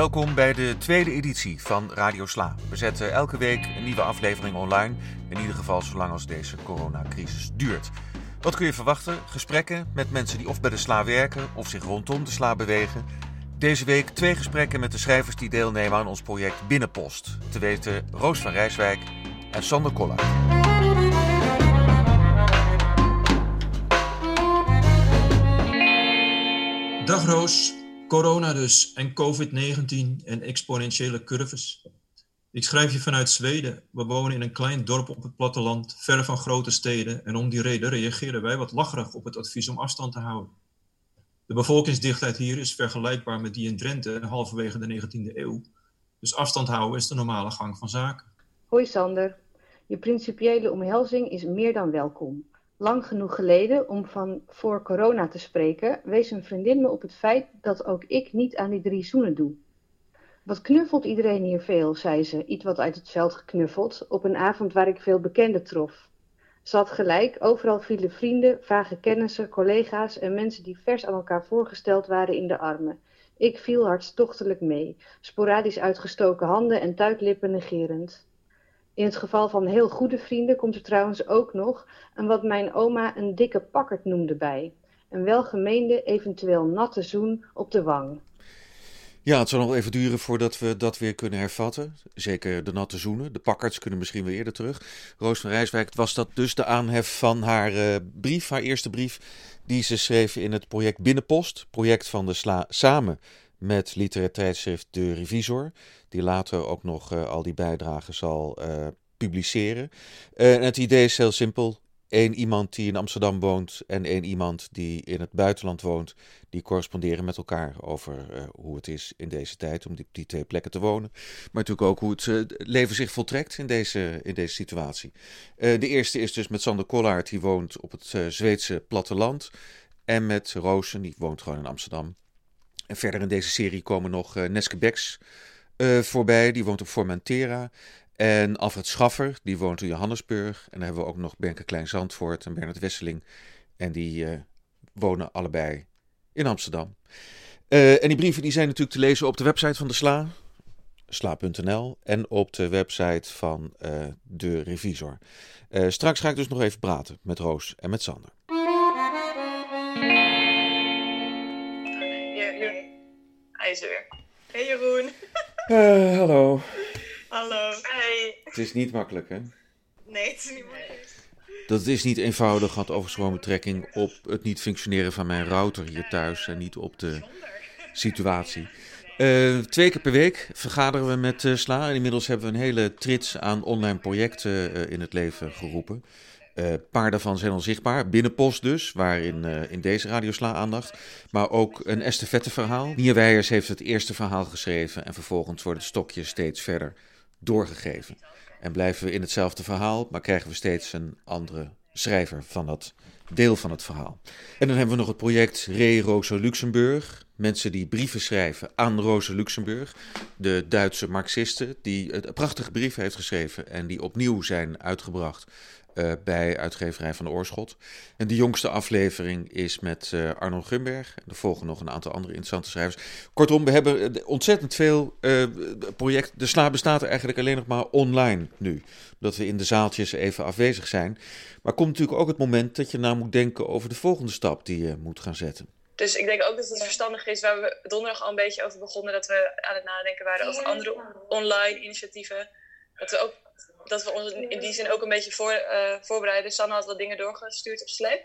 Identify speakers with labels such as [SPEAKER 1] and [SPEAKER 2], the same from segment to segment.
[SPEAKER 1] welkom bij de tweede editie van Radio Sla. We zetten elke week een nieuwe aflevering online, in ieder geval zolang als deze coronacrisis duurt. Wat kun je verwachten? Gesprekken met mensen die of bij de Sla werken of zich rondom de Sla bewegen. Deze week 2 gesprekken met de schrijvers die deelnemen aan ons project Binnenpost. Te weten Roos van Rijswijk en Sander Kollaert.
[SPEAKER 2] Dag Roos, corona dus en COVID-19 en exponentiële curves. Ik schrijf je vanuit Zweden. We wonen in een klein dorp op het platteland, ver van grote steden. En om die reden reageren wij wat lacherig op het advies om afstand te houden. De bevolkingsdichtheid hier is vergelijkbaar met die in Drenthe halverwege de 19e eeuw. Dus afstand houden is de normale gang van zaken.
[SPEAKER 3] Hoi Sander, je principiële omhelzing is meer dan welkom. Lang genoeg geleden om van voor corona te spreken, wees een vriendin me op het feit dat ook ik niet aan die 3 zoenen doe. Wat knuffelt iedereen hier veel, zei ze, iets wat uit het veld geknuffeld, op een avond waar ik veel bekenden trof. Ze had gelijk, overal vielen vrienden, vage kennissen, collega's en mensen die vers aan elkaar voorgesteld waren in de armen. Ik viel hartstochtelijk mee, sporadisch uitgestoken handen en tuitlippen negerend. In het geval van heel goede vrienden komt er trouwens ook nog een wat mijn oma een dikke pakkerd noemde bij. Een welgemeende, eventueel natte zoen op de wang.
[SPEAKER 1] Ja, het zal nog even duren voordat we dat weer kunnen hervatten. Zeker de natte zoenen. De pakkerds kunnen misschien weer eerder terug. Roos van Rijswijk, was dat dus de aanhef van haar brief, haar eerste brief, die ze schreef in het project Binnenpost. Project van de Sla samen met literair tijdschrift De Revisor, die later ook nog al die bijdragen zal publiceren. En het idee is heel simpel. 1 iemand die in Amsterdam woont en 1 iemand die in het buitenland woont, die corresponderen met elkaar over hoe het is in deze tijd om die 2 plekken te wonen. Maar natuurlijk ook hoe het leven zich voltrekt in deze situatie. De eerste is dus met Sander Kollaert, die woont op het Zweedse platteland. En met Roos, die woont gewoon in Amsterdam. En verder in deze serie komen nog Neske Beks voorbij, die woont op Formentera. En Alfred Schaffer, die woont in Johannesburg. En dan hebben we ook nog Benke Klein-Zandvoort en Bernard Wesseling. En die wonen allebei in Amsterdam. En die brieven die zijn natuurlijk te lezen op de website van de Sla, sla.nl. En op de website van De Revisor. Straks ga ik dus nog even praten met Roos en met Sander.
[SPEAKER 4] Hij is er weer. Hey Jeroen.
[SPEAKER 1] Hallo.
[SPEAKER 4] Hallo. Hey.
[SPEAKER 1] Het is niet makkelijk, hè?
[SPEAKER 4] Nee, het is niet makkelijk.
[SPEAKER 1] Dat is niet eenvoudig, had overigens gewoon betrekking op het niet functioneren van mijn router hier thuis en niet op de situatie. 2 keer per week vergaderen we met Sla en inmiddels hebben we een hele trits aan online projecten in het leven geroepen. Een paar daarvan zijn al zichtbaar. Binnenpost dus, waarin in deze Radio Sla aandacht. Maar ook een estafetteverhaal. Nier Weijers heeft het eerste verhaal geschreven en vervolgens wordt het stokje steeds verder doorgegeven. En blijven we in hetzelfde verhaal, maar krijgen we steeds een andere schrijver van dat deel van het verhaal. En dan hebben we nog het project Rosa Luxemburg. Mensen die brieven schrijven aan Rosa Luxemburg. De Duitse marxiste die een prachtige brief heeft geschreven en die opnieuw zijn uitgebracht bij uitgeverij van de Oorschot. En de jongste aflevering is met Arno Grunberg. Er volgen nog een aantal andere interessante schrijvers. Kortom, we hebben ontzettend veel projecten. De Sla bestaat er eigenlijk alleen nog maar online nu. Dat we in de zaaltjes even afwezig zijn. Maar komt natuurlijk ook het moment dat je nou moet denken over de volgende stap die je moet gaan zetten.
[SPEAKER 4] Dus ik denk ook dat het verstandig is, waar we donderdag al een beetje over begonnen, dat we aan het nadenken waren over andere online initiatieven. Dat we ons in die zin ook een beetje voorbereiden. Sanne had wat dingen doorgestuurd op Slack.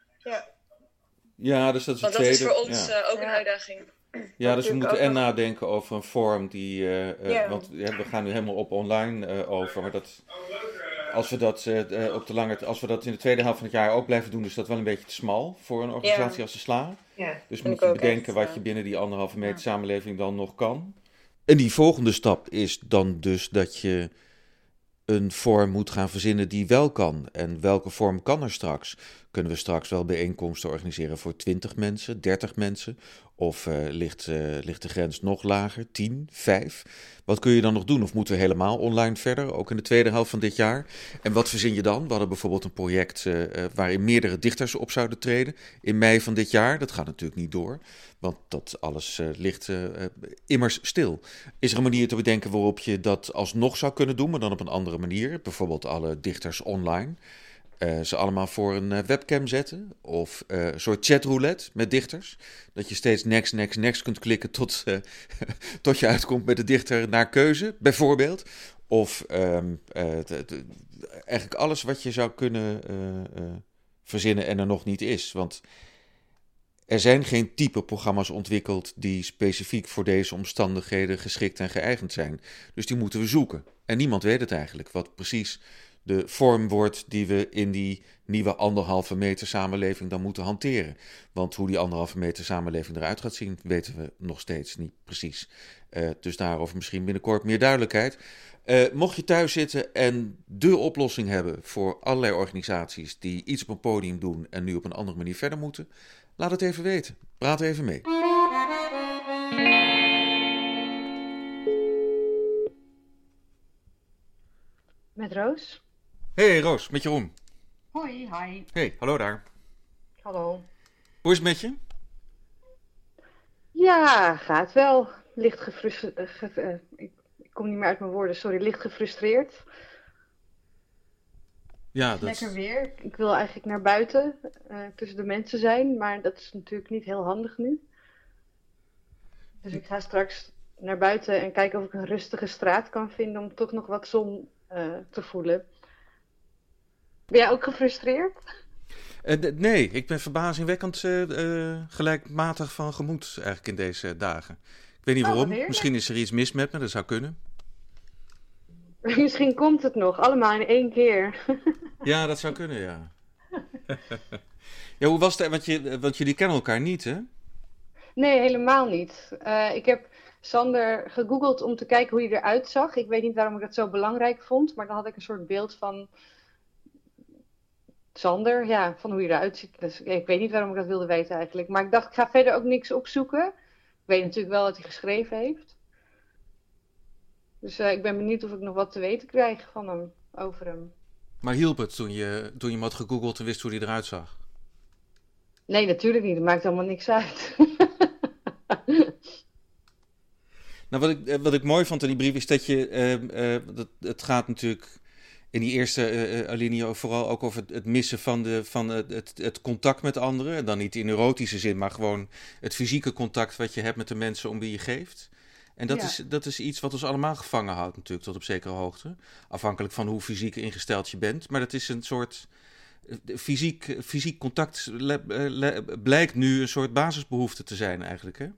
[SPEAKER 1] Ja, dus dat is het
[SPEAKER 4] tweede. Want dat is voor ons ook een uitdaging.
[SPEAKER 1] Ja, dus we moeten nadenken over een vorm die... Want we gaan nu helemaal op online over. Maar als we dat in de tweede helft van het jaar ook blijven doen, is dat wel een beetje te smal voor een organisatie als de Sla.
[SPEAKER 4] Ja,
[SPEAKER 1] dus moet je bedenken wat je binnen die 1,5 meter samenleving dan nog kan. En die volgende stap is dan dus dat je een vorm moet gaan verzinnen die wel kan. En welke vorm kan er straks? Kunnen we straks wel bijeenkomsten organiseren voor 20 mensen, 30 mensen? Of ligt de grens nog lager, 10, 5? Wat kun je dan nog doen? Of moeten we helemaal online verder, ook in de tweede helft van dit jaar? En wat verzin je dan? We hadden bijvoorbeeld een project waarin meerdere dichters op zouden treden in mei van dit jaar. Dat gaat natuurlijk niet door, want dat alles ligt immers stil. Is er een manier te bedenken waarop je dat alsnog zou kunnen doen, maar dan op een andere manier? Bijvoorbeeld alle dichters online. Ze allemaal voor een webcam zetten. Of een soort chatroulette met dichters. Dat je steeds next kunt klikken tot je uitkomt met de dichter naar keuze, bijvoorbeeld. Of eigenlijk alles wat je zou kunnen verzinnen en er nog niet is. Want er zijn geen type programma's ontwikkeld die specifiek voor deze omstandigheden geschikt en geëigend zijn. Dus die moeten we zoeken. En niemand weet het eigenlijk, wat precies de vorm wordt die we in die nieuwe 1,5 meter samenleving dan moeten hanteren. Want hoe die 1,5 meter samenleving eruit gaat zien, weten we nog steeds niet precies. Dus daarover misschien binnenkort meer duidelijkheid. Mocht je thuis zitten en de oplossing hebben voor allerlei organisaties die iets op een podium doen en nu op een andere manier verder moeten, laat het even weten. Praat even mee.
[SPEAKER 3] Met Roos.
[SPEAKER 1] Hey Roos, met Jeroen.
[SPEAKER 5] Hoi, hi.
[SPEAKER 1] Hey, hallo daar.
[SPEAKER 3] Hallo.
[SPEAKER 1] Hoe is het met je?
[SPEAKER 3] Ja, gaat wel. Licht gefrustreerd. Ik kom niet meer uit mijn woorden, sorry. Licht gefrustreerd.
[SPEAKER 1] Ja,
[SPEAKER 3] Het is lekker weer. Ik wil eigenlijk naar buiten, tussen de mensen zijn, maar dat is natuurlijk niet heel handig nu. Dus ik ga straks naar buiten en kijken of ik een rustige straat kan vinden om toch nog wat zon te voelen. Ben jij ook gefrustreerd?
[SPEAKER 1] Nee, ik ben verbazingwekkend gelijkmatig van gemoed eigenlijk in deze dagen. Ik weet niet waarom. Misschien is er iets mis met me, dat zou kunnen.
[SPEAKER 3] Misschien komt het nog, allemaal in één keer.
[SPEAKER 1] Ja, dat zou kunnen, ja. Ja, hoe was het? Want jullie kennen elkaar niet, hè?
[SPEAKER 3] Nee, helemaal niet. Ik heb Sander gegoogeld om te kijken hoe hij eruit zag. Ik weet niet waarom ik dat zo belangrijk vond, maar dan had ik een soort beeld van Sander, ja, van hoe hij eruit ziet. Dus ik weet niet waarom ik dat wilde weten eigenlijk. Maar ik dacht, ik ga verder ook niks opzoeken. Ik weet natuurlijk wel wat hij geschreven heeft. Dus ik ben benieuwd of ik nog wat te weten krijg van hem, over hem.
[SPEAKER 1] Maar hielp het toen je hem had gegoogeld en wist hoe hij eruit zag?
[SPEAKER 3] Nee, natuurlijk niet. Dat maakt allemaal niks uit.
[SPEAKER 1] Nou, wat ik mooi vond in die brief is dat het gaat natuurlijk in die eerste alinea vooral ook over het missen van het contact met anderen. En dan niet in erotische zin, maar gewoon het fysieke contact wat je hebt met de mensen om wie je geeft. En dat is iets wat ons allemaal gevangen houdt natuurlijk, tot op zekere hoogte. Afhankelijk van hoe fysiek ingesteld je bent. Maar dat is een soort fysiek contact blijkt nu een soort basisbehoefte te zijn eigenlijk, hè?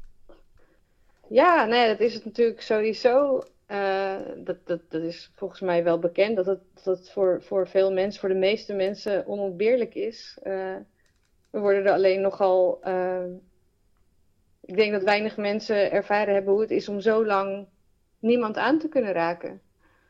[SPEAKER 3] Ja, nee, dat is het natuurlijk sowieso. Dat is volgens mij wel bekend dat voor veel mensen, voor de meeste mensen, onontbeerlijk is. We worden er alleen nogal. Ik denk dat weinig mensen ervaren hebben hoe het is om zo lang niemand aan te kunnen raken.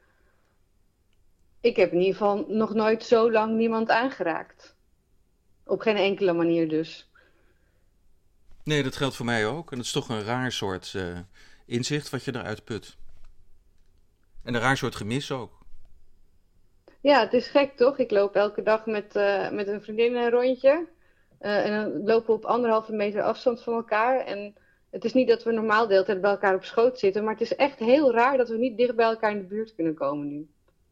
[SPEAKER 3] Ik heb in ieder geval nog nooit zo lang niemand aangeraakt. Op geen enkele manier dus.
[SPEAKER 1] Nee, dat geldt voor mij ook. En het is toch een raar soort inzicht wat je eruit put. En een raar soort gemis ook.
[SPEAKER 3] Ja, het is gek toch? Ik loop elke dag met een vriendin een rondje. En dan lopen we op 1,5 meter afstand van elkaar. En het is niet dat we normaal de hele tijd bij elkaar op schoot zitten. Maar het is echt heel raar dat we niet dicht bij elkaar in de buurt kunnen komen nu.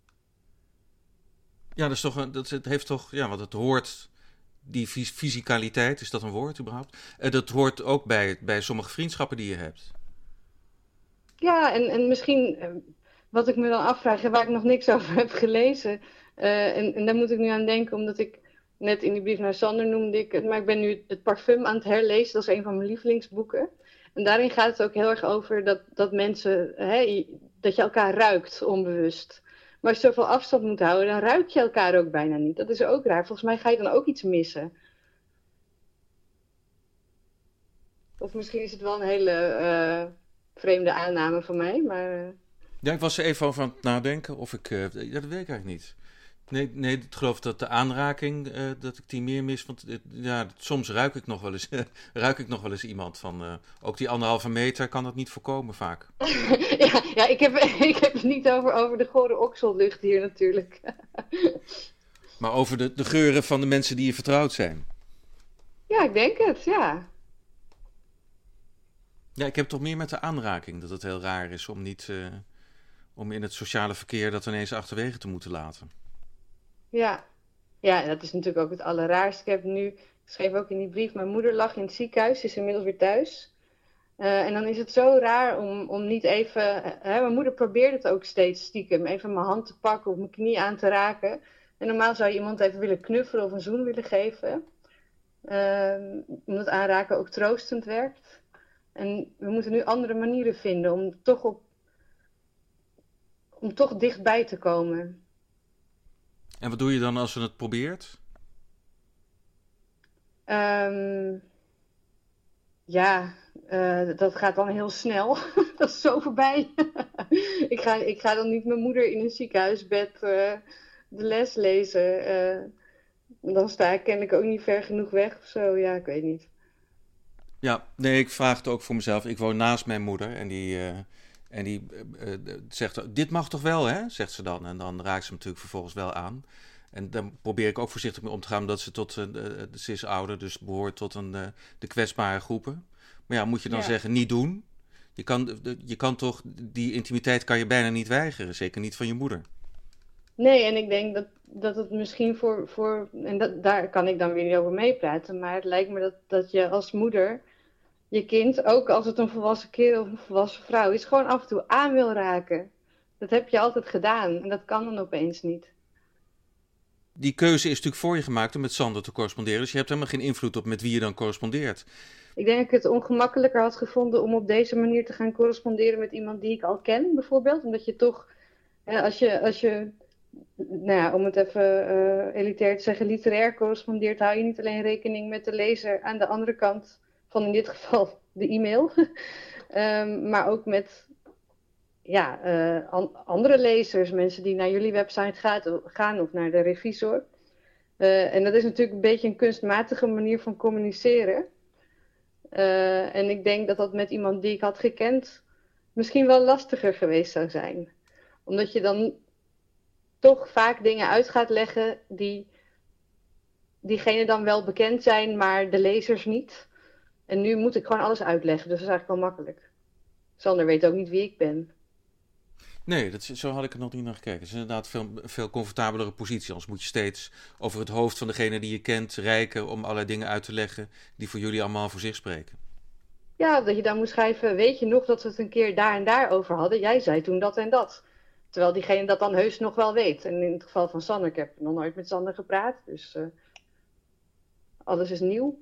[SPEAKER 1] Ja, dat is toch het heeft toch, ja, want het hoort, die fysicaliteit, is dat een woord überhaupt? Dat hoort ook bij sommige vriendschappen die je hebt.
[SPEAKER 3] Ja, en misschien wat ik me dan afvraag, waar ik nog niks over heb gelezen. En daar moet ik nu aan denken, omdat ik net in die brief naar Sander noemde ik het. Maar ik ben nu het Parfum aan het herlezen, dat is een van mijn lievelingsboeken. En daarin gaat het ook heel erg over dat mensen, dat je elkaar ruikt onbewust. Maar als je zoveel afstand moet houden, dan ruik je elkaar ook bijna niet. Dat is ook raar. Volgens mij ga je dan ook iets missen. Of misschien is het wel een hele vreemde aanname van mij, maar...
[SPEAKER 1] Ja, ik was er even over aan het nadenken of ik... dat weet ik eigenlijk niet. Nee, ik geloof dat de aanraking, dat ik die meer mis. Want soms ruik ik nog wel eens, iemand van... ook die 1,5 meter kan dat niet voorkomen vaak.
[SPEAKER 3] Ja, ik heb het niet over de gore oksellucht hier natuurlijk.
[SPEAKER 1] Maar over de geuren van de mensen die je vertrouwd zijn.
[SPEAKER 3] Ja, ik denk het, ja.
[SPEAKER 1] Ja, ik heb toch meer met de aanraking dat het heel raar is om niet... om in het sociale verkeer dat ineens achterwege te moeten laten.
[SPEAKER 3] Ja, dat is natuurlijk ook het allerraarste. Ik schreef ook in die brief, mijn moeder lag in het ziekenhuis, is inmiddels weer thuis. En dan is het zo raar om niet even... mijn moeder probeerde het ook steeds stiekem, even mijn hand te pakken of mijn knie aan te raken. En normaal zou je iemand even willen knuffelen of een zoen willen geven. Omdat aanraken ook troostend werkt. En we moeten nu andere manieren vinden om toch dichtbij te komen.
[SPEAKER 1] En wat doe je dan als je het probeert?
[SPEAKER 3] Dat gaat dan heel snel. Dat is zo voorbij. Ik ga dan niet mijn moeder in een ziekenhuisbed de les lezen. Dan sta ik kennelijk ook niet ver genoeg weg of zo. Ja, ik weet niet.
[SPEAKER 1] Ja, nee, ik vraag het ook voor mezelf. Ik woon naast mijn moeder en die zegt... Dit mag toch wel, hè? Zegt ze dan. En dan raakt ze hem natuurlijk vervolgens wel aan. En dan probeer ik ook voorzichtig mee om te gaan... omdat ze is ouder, dus behoort tot de kwetsbare groepen. Maar ja, moet je dan zeggen, niet doen? Je kan toch... Die intimiteit kan je bijna niet weigeren. Zeker niet van je moeder.
[SPEAKER 3] Nee, en ik denk dat het misschien voor en daar kan ik dan weer niet over meepraten, maar het lijkt me dat je als moeder je kind, ook als het een volwassen kerel of een volwassen vrouw is, gewoon af en toe aan wil raken. Dat heb je altijd gedaan en dat kan dan opeens niet.
[SPEAKER 1] Die keuze is natuurlijk voor je gemaakt om met Sander te corresponderen, dus je hebt helemaal geen invloed op met wie je dan correspondeert.
[SPEAKER 3] Ik denk dat ik het ongemakkelijker had gevonden om op deze manier te gaan corresponderen met iemand die ik al ken, bijvoorbeeld. Omdat je toch, als je om het even elitair te zeggen, literair correspondeert, hou je niet alleen rekening met de lezer aan de andere kant van in dit geval de e-mail, maar ook met andere lezers, mensen die naar jullie website gaan of naar de revisor. En dat is natuurlijk een beetje een kunstmatige manier van communiceren. En ik denk dat met iemand die ik had gekend misschien wel lastiger geweest zou zijn. Omdat je dan toch vaak dingen uit gaat leggen die diegene dan wel bekend zijn, maar de lezers niet. En nu moet ik gewoon alles uitleggen, dus dat is eigenlijk wel makkelijk. Sander weet ook niet wie ik ben.
[SPEAKER 1] Nee, zo had ik er nog niet naar gekeken. Het is inderdaad een veel comfortabelere positie. Anders moet je steeds over het hoofd van degene die je kent reiken om allerlei dingen uit te leggen die voor jullie allemaal voor zich spreken.
[SPEAKER 3] Ja, dat je dan moet schrijven, weet je nog dat we het een keer daar en daar over hadden? Jij zei toen dat en dat. Terwijl diegene dat dan heus nog wel weet. En in het geval van Sander, ik heb nog nooit met Sander gepraat. Dus alles is nieuw.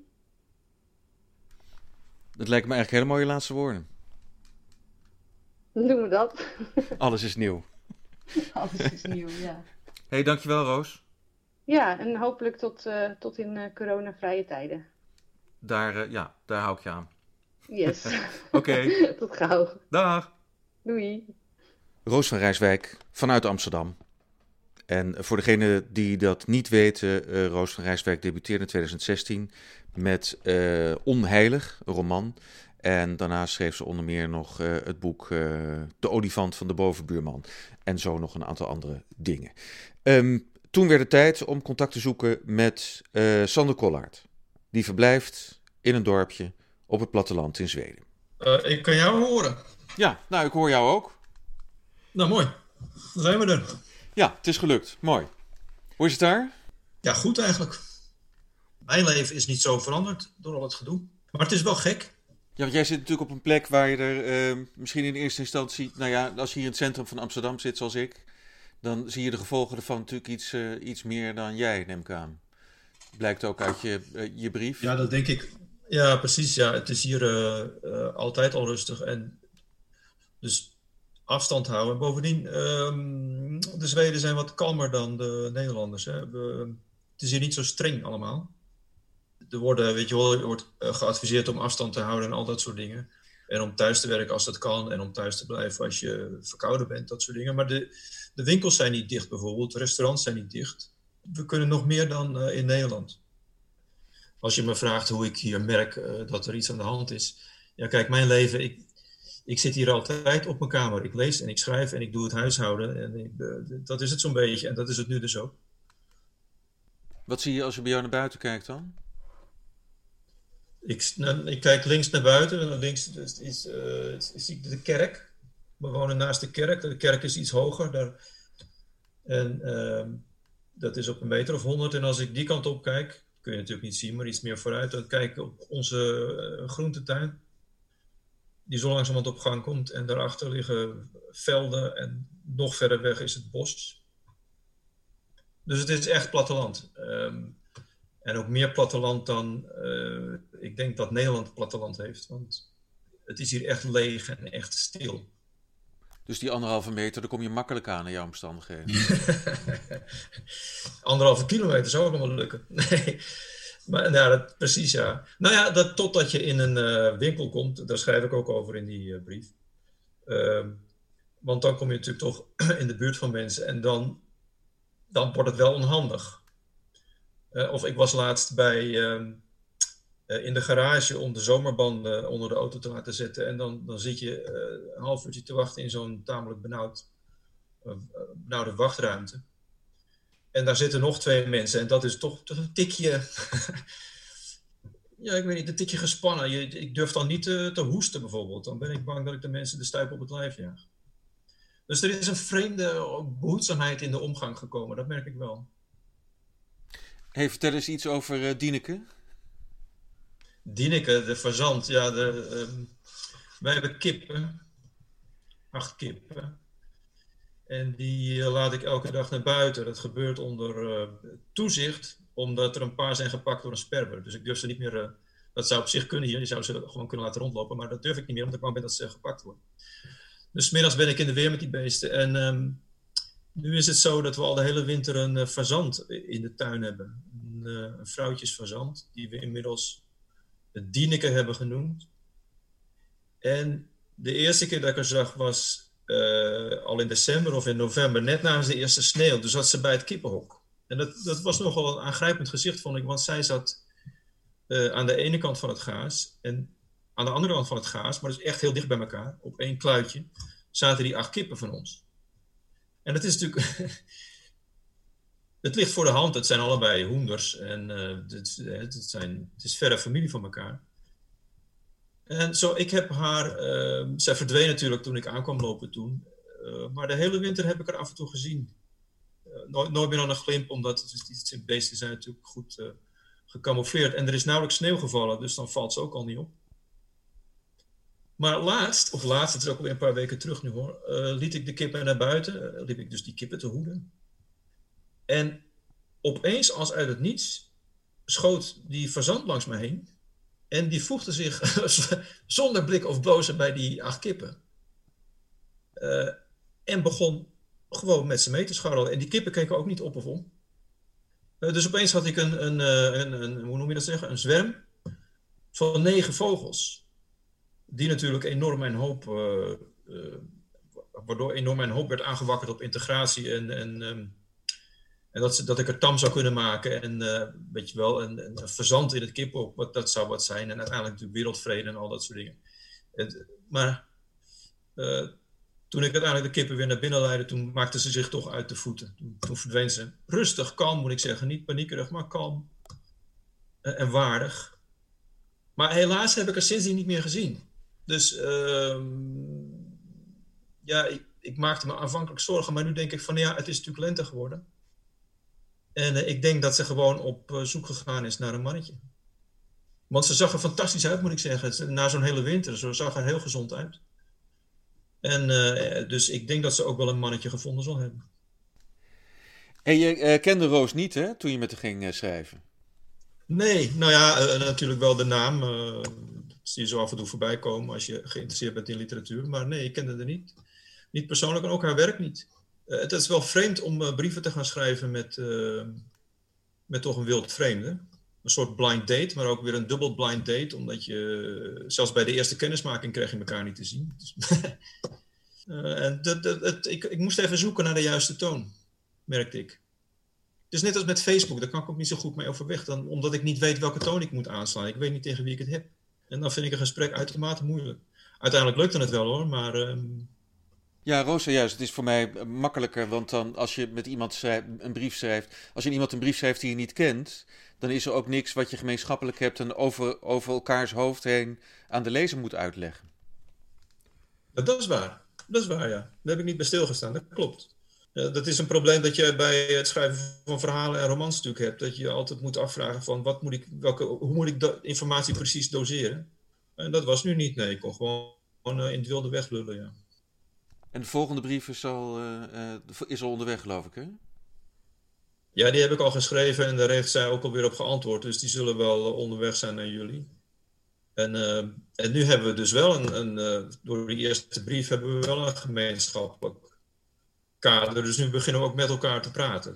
[SPEAKER 1] Dat lijkt me eigenlijk hele mooie laatste woorden.
[SPEAKER 3] Dan doen we dat.
[SPEAKER 1] Alles is nieuw.
[SPEAKER 3] Alles is nieuw, ja.
[SPEAKER 1] Hey, dankjewel Roos.
[SPEAKER 3] Ja, en hopelijk tot in coronavrije tijden.
[SPEAKER 1] Daar hou ik je aan.
[SPEAKER 3] Yes.
[SPEAKER 1] Oké.
[SPEAKER 3] Tot gauw.
[SPEAKER 1] Dag.
[SPEAKER 3] Doei.
[SPEAKER 1] Roos van Rijswijk vanuit Amsterdam. En voor degenen die dat niet weten, Roos van Rijswijk debuteerde in 2016 met Onheilig, een roman. En daarna schreef ze onder meer nog het boek De olifant van de bovenbuurman. En zo nog een aantal andere dingen. Toen werd het tijd om contact te zoeken met Sander Kollaert. Die verblijft in een dorpje op het platteland in Zweden.
[SPEAKER 2] Ik kan jou horen.
[SPEAKER 1] Ja, nou ik hoor jou ook.
[SPEAKER 2] Nou, mooi. Dan zijn we er.
[SPEAKER 1] Ja, het is gelukt. Mooi. Hoe is het daar?
[SPEAKER 2] Ja, goed eigenlijk. Mijn leven is niet zo veranderd door al het gedoe. Maar het is wel gek.
[SPEAKER 1] Ja, want jij zit natuurlijk op een plek waar je er misschien in eerste instantie... Nou ja, als je hier in het centrum van Amsterdam zit zoals ik... dan zie je de gevolgen ervan natuurlijk iets meer dan jij, neem ik aan. Blijkt ook uit je brief.
[SPEAKER 2] Ja, dat denk ik. Ja, precies. Ja. Het is hier altijd al rustig. En dus afstand houden. En bovendien, de Zweden zijn wat kalmer dan de Nederlanders. Hè. Het is hier niet zo streng allemaal. Er wordt geadviseerd om afstand te houden en al dat soort dingen. En om thuis te werken als dat kan. En om thuis te blijven als je verkouden bent. Dat soort dingen. Maar de winkels zijn niet dicht bijvoorbeeld. De restaurants zijn niet dicht. We kunnen nog meer dan in Nederland. Als je me vraagt hoe ik hier merk dat er iets aan de hand is. Ja, kijk, mijn leven... Ik zit hier altijd op mijn kamer. Ik lees en ik schrijf en ik doe het huishouden. En dat is het zo'n beetje. En dat is het nu dus ook.
[SPEAKER 1] Wat zie je als je bij jou naar buiten kijkt dan?
[SPEAKER 2] Ik kijk links naar buiten. En links zie ik de kerk. We wonen naast de kerk. De kerk is iets hoger. Dat is op 1 meter of 100. En als ik die kant op kijk, kun je natuurlijk niet zien, maar iets meer vooruit. Dan kijk ik op onze groentetuin. Die zo langzamerhand op gang komt. En daarachter liggen velden. En nog verder weg is het bos. Dus het is echt platteland. En ook meer platteland dan ik denk dat Nederland platteland heeft. Want het is hier echt leeg en echt stil.
[SPEAKER 1] Dus die 1,5 meter, daar kom je makkelijk aan in jouw omstandigheden.
[SPEAKER 2] 1,5 kilometer zou ook nog wel lukken. Nee. Maar nou, precies ja. Nou ja, totdat je in een winkel komt, daar schrijf ik ook over in die brief. Want dan kom je natuurlijk toch in de buurt van mensen en dan wordt het wel onhandig. Of ik was laatst in de garage om de zomerbanden onder de auto te laten zetten. En dan zit je een half uurtje te wachten in zo'n tamelijk benauwde wachtruimte. En daar zitten nog 2 mensen. En dat is toch een tikje... ja, ik weet niet, een tikje gespannen. Ik durf dan niet te hoesten bijvoorbeeld. Dan ben ik bang dat ik de mensen de stuip op het lijf jaag. Dus er is een vreemde behoedzaamheid in de omgang gekomen. Dat merk ik wel.
[SPEAKER 1] Hey, vertel eens iets over Dieneke.
[SPEAKER 2] Dieneke, de fazant. Ja, wij hebben kippen. 8 kippen. En die laat ik elke dag naar buiten. Dat gebeurt onder toezicht, omdat er een paar zijn gepakt door een sperwer. Dus ik durf ze niet meer... dat zou op zich kunnen hier. Je zou ze gewoon kunnen laten rondlopen. Maar dat durf ik niet meer, omdat ik bang ben dat ze gepakt worden. Dus 's middags ben ik in de weer met die beesten. En nu is het zo dat we al de hele winter een fazant in de tuin hebben. Een vrouwtjesfazant, die we inmiddels Dieneke hebben genoemd. En de eerste keer dat ik haar zag was al in december of in november, net na de eerste sneeuw. Dus zat ze bij het kippenhok. En dat was nogal een aangrijpend gezicht, vond ik. Want zij zat aan de ene kant van het gaas en aan de andere kant van het gaas, maar dus echt heel dicht bij elkaar, op 1 kluitje, zaten die 8 kippen van ons. En dat is natuurlijk... het ligt voor de hand. Het zijn allebei hoenders. En het is verre familie van elkaar. En zo, ik heb haar... zij verdween natuurlijk toen ik aankwam lopen toen. Maar de hele winter heb ik haar af en toe gezien. Nooit meer aan een glimp, omdat die beesten zijn natuurlijk goed gecamoufleerd. En er is nauwelijks sneeuw gevallen, dus dan valt ze ook al niet op. Maar laatst, het is ook alweer een paar weken terug nu hoor, liet ik de kippen naar buiten. Liep ik dus die kippen te hoeden. En opeens, als uit het niets, schoot die fazant langs me heen. En die voegde zich zonder blik of blozen bij die 8 kippen. En begon gewoon met ze mee te scharrelen. En die kippen keken ook niet op of om. Dus opeens had ik hoe noem je dat zeggen? Een zwerm van 9 vogels. Die natuurlijk enorm mijn hoop... waardoor enorm mijn hoop werd aangewakkerd op integratie en dat ik er tam zou kunnen maken en weet je wel, een fazant in het kippenhok, dat zou wat zijn. En uiteindelijk natuurlijk wereldvrede en al dat soort dingen. Maar toen ik uiteindelijk de kippen weer naar binnen leidde, toen maakten ze zich toch uit de voeten. Toen verdween ze rustig, kalm moet ik zeggen. Niet paniekerig, maar kalm en waardig. Maar helaas heb ik er sindsdien niet meer gezien. Dus ja, ik maakte me aanvankelijk zorgen, maar nu denk ik van ja, het is natuurlijk lente geworden. En ik denk dat ze gewoon op zoek gegaan is naar een mannetje. Want ze zag er fantastisch uit, moet ik zeggen. Na zo'n hele winter, ze zag er heel gezond uit. En dus ik denk dat ze ook wel een mannetje gevonden zal hebben.
[SPEAKER 1] En je kende Roos niet, hè, toen je met haar ging schrijven?
[SPEAKER 2] Nee, nou ja, natuurlijk wel de naam. Dat zie je zo af en toe voorbij komen als je geïnteresseerd bent in literatuur. Maar nee, ik kende haar niet. Niet persoonlijk en ook haar werk niet. Het is wel vreemd om brieven te gaan schrijven met toch een wild vreemde. een soort blind date, maar ook weer een dubbel blind date. Omdat je zelfs bij de eerste kennismaking krijg je elkaar niet te zien. Ik moest even zoeken naar de juiste toon, merkte ik. Dus net als met Facebook, daar kan ik ook niet zo goed mee overweg. Omdat ik niet weet welke toon ik moet aanslaan. Ik weet niet tegen wie ik het heb. En dan vind ik een gesprek uitermate moeilijk. Uiteindelijk lukte het wel hoor, maar...
[SPEAKER 1] Ja, Rosa, juist. Het is voor mij makkelijker, want dan als je met iemand een brief schrijft... Als je iemand een brief schrijft die je niet kent... dan is er ook niks wat je gemeenschappelijk hebt... en over elkaars hoofd heen aan de lezer moet uitleggen.
[SPEAKER 2] Ja, dat is waar. Dat is waar, ja. Daar heb ik niet bij stilgestaan. Dat klopt. Dat is een probleem dat je bij het schrijven van verhalen en romans natuurlijk hebt. Dat je altijd moet afvragen van hoe moet ik de informatie precies doseren. En dat was nu niet. Nee, ik kon gewoon in het wilde weglullen, ja.
[SPEAKER 1] En de volgende brief is al onderweg, geloof ik, hè?
[SPEAKER 2] Ja, die heb ik al geschreven en daar heeft zij ook alweer op geantwoord. Dus die zullen wel onderweg zijn naar jullie. En nu hebben we dus wel door die eerste brief hebben we wel een gemeenschappelijk kader. Dus nu beginnen we ook met elkaar te praten.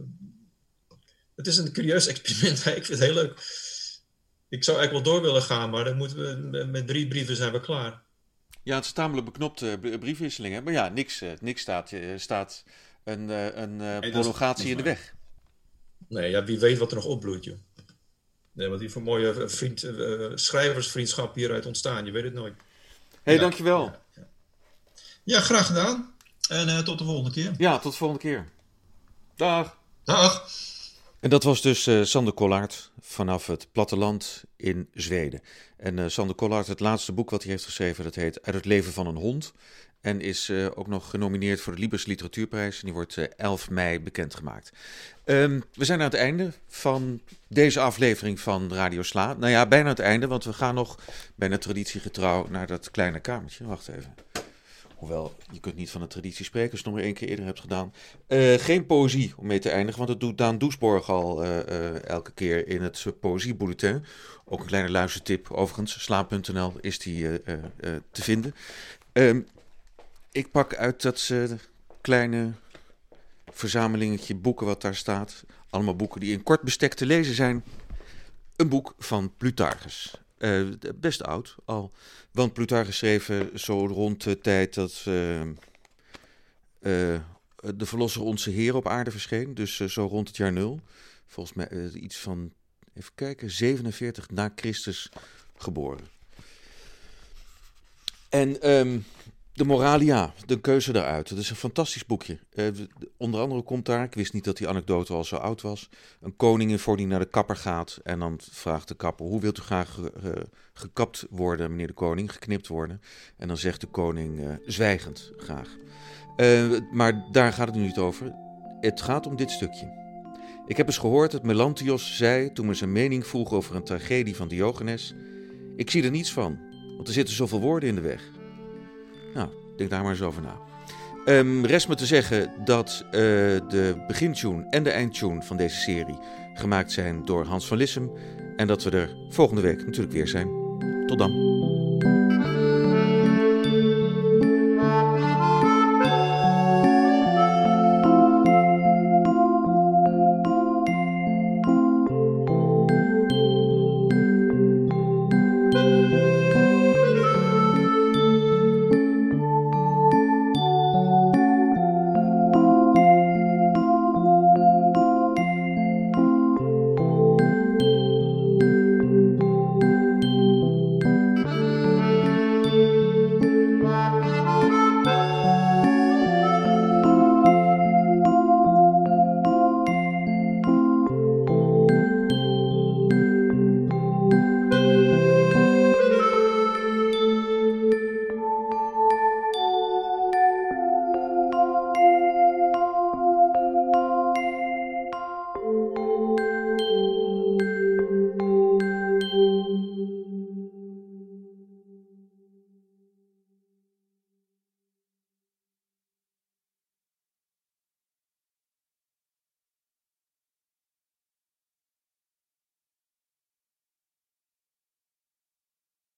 [SPEAKER 2] Het is een curieus experiment. Ik vind het heel leuk. Ik zou eigenlijk wel door willen gaan, maar dan moeten we met 3 brieven zijn we klaar.
[SPEAKER 1] Ja, het is tamelijk beknopte briefwisseling, hè? Maar ja, niks staat een prolongatie in de weg.
[SPEAKER 2] Nee, ja, wie weet wat er nog opbloeit, joh. Nee, wat hier voor mooie schrijversvriendschap hieruit ontstaan. Je weet het nooit.
[SPEAKER 1] Hey, dankjewel.
[SPEAKER 2] Ja, graag gedaan. En tot de volgende keer.
[SPEAKER 1] Ja, tot de volgende keer. Dag.
[SPEAKER 2] Dag.
[SPEAKER 1] En dat was dus Sander Kollaert vanaf het platteland in Zweden. En Sander Kollaert, het laatste boek wat hij heeft geschreven, dat heet Uit het leven van een hond. En is ook nog genomineerd voor de Libris Literatuurprijs. En die wordt 11 mei bekendgemaakt. We zijn aan het einde van deze aflevering van Radio Sla. Nou ja, bijna het einde, want we gaan nog bijna traditiegetrouw naar dat kleine kamertje. Wacht even. Hoewel, je kunt niet van een traditie spreken als je het nog maar 1 keer eerder hebt gedaan. Geen poëzie om mee te eindigen, want dat doet Daan Doesborg al elke keer in het poëziebulletin. Ook een kleine luistertip. Overigens, sla.nl is die te vinden. Ik pak uit dat kleine verzamelingetje boeken wat daar staat. Allemaal boeken die in kort bestek te lezen zijn. Een boek van Plutarchus. Best oud al. Want Plutarchus schreef zo rond de tijd dat de Verlosser onze Heer op aarde verscheen. Dus zo rond het jaar 0. Volgens mij iets van, even kijken, 47 na Christus geboren. En de Moralia, de keuze daaruit. Dat is een fantastisch boekje. Onder andere komt daar, ik wist niet dat die anekdote al zo oud was, een koningin voor die naar de kapper gaat. En dan vraagt de kapper, hoe wilt u graag gekapt worden, meneer de koning, geknipt worden? En dan zegt de koning, zwijgend graag. Maar daar gaat het nu niet over. Het gaat om dit stukje. Ik heb eens gehoord dat Melanthios zei, toen men zijn mening vroeg over een tragedie van Diogenes, ik zie er niets van, want er zitten zoveel woorden in de weg. Nou, denk daar maar eens over na. Rest me te zeggen dat de begintune en de eindtune van deze serie gemaakt zijn door Hans van Lissem. En dat we er volgende week natuurlijk weer zijn. Tot dan.